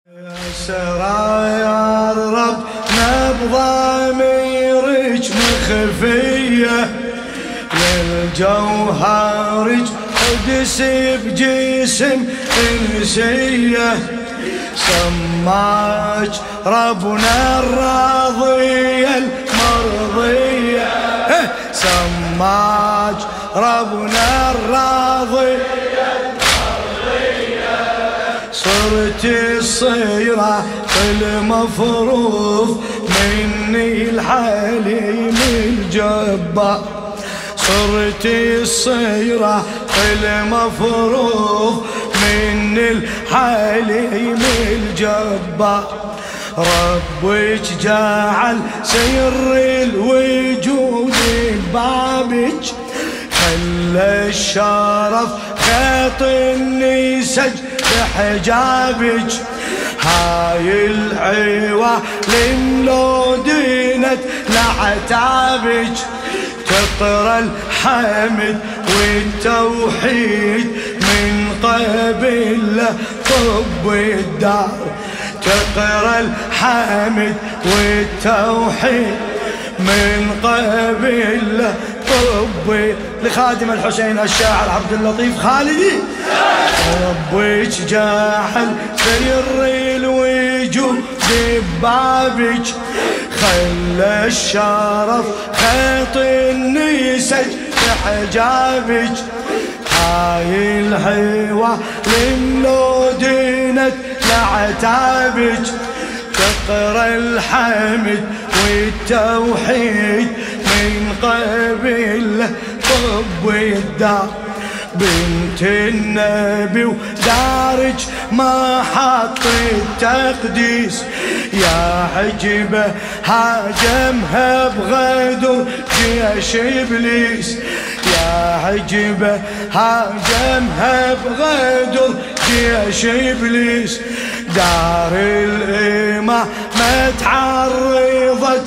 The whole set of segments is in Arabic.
سرايا الرب بضميرك مخفية للجوهرك قدس بجسم انسية سماك ربنا الراضية المرضية سماك ربنا الراضي صرت الصيرة المفروض مني الحليم الجبار صرت الصيرة المفروض من الحليم الجبار ربك جعل سر الوجود ببابك خلى الشرف خيط النسج بحجابك هاي العوا لملودينة لعتابك تقرأ الحمد والتوحيد من قبل طب الدار تقرأ الحمد والتوحيد من قبل طب لخادم الحسين الشاعر عبد اللطيف خالدي ربك جعل سر الوجود ببابك خلى الشرف خيط النسج بحجابك هاي الحوا لملودينة لعتابك تقرأ الحمد والتوحيد من قبل طب الدار بنت النبي ودارج ما حط التقديس يا عجبه هاجمها بغدر جيش ابليس يا عجبه هاجمها بغدر جيش ابليس دار الإمامة ما تعرضت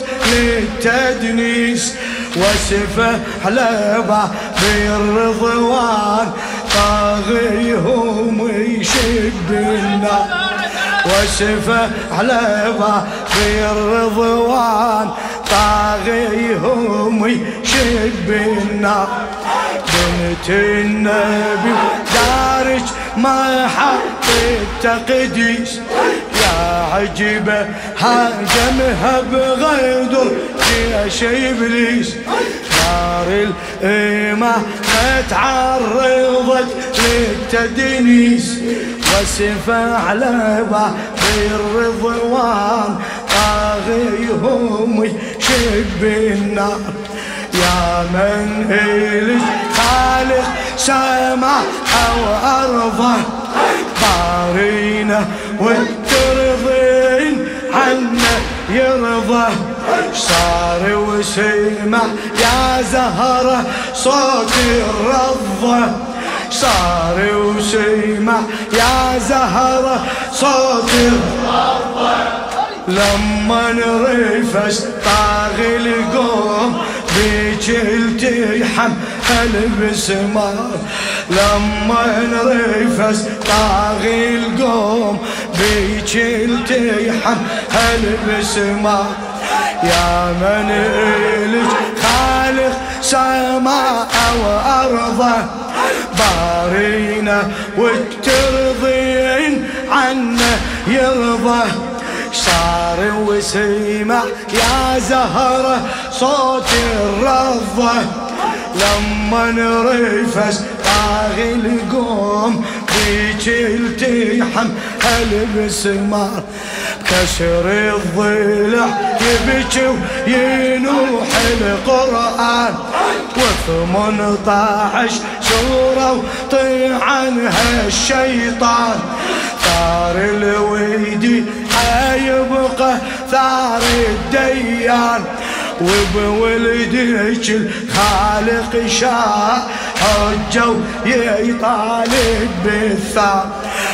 للتدنيس وسفه حلبة بالرضوان طاغيهم يشب النار وسفه حلبة بالرضوان طاغيهم يشب النار بنت النبي دارج ما حط التقديس يا عجبه هاجمها بغدر جيش ابليس نار الإمامة ما تعرضت للتدنيس وسفه علبة بالرضوان طاغيهم يشب النار يا من إلك خالق سماء وأرضه بارينا والترضين عنا يرضى صار وسمع يا زهرة صوت الرضة صار وسمع يا زهرة صوت الرضة لما نرفس طاغي القوم بيك التحم البسمار لما نرفس طاغي القوم بيك التحم البسمار يا من إلك خالق سماء وأرضه بارينا والترضين عنا يرضى صار وسمع يا زهرة صوت الرضة لما نرفس طاغي القوم بيك التحم البسمار كسر الضلع يبكي وينوح القرآن و18 سورة وطعنها الشيطان ثار الويدي حيبقى ثار الديان وبولدك الخالق شاء حجه يطالب بالثار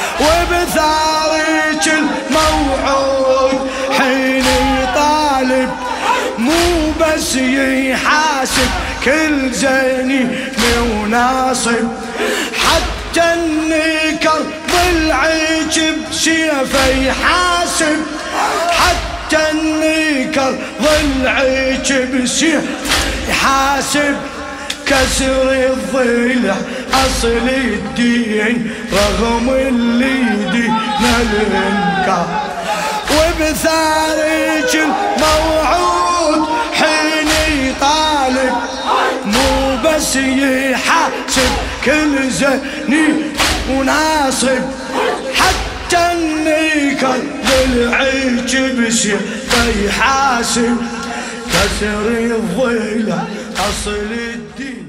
وبثارك الموعود حين يطالب مو بس يحاسب كل زيني وناصب حتى النكر ضلعيك بسيفه يحاسب حتى النكر ضلعيك بسيفه يحاسب كسر الضلع أصل الدين رغم اللي دينا الإنكار وبثارك الموعود حين يطالب مو بس يحاسب كل زني وناصب حتى النكر ضلعيك بسيفه يحاسب كسر الضلع أصل الدين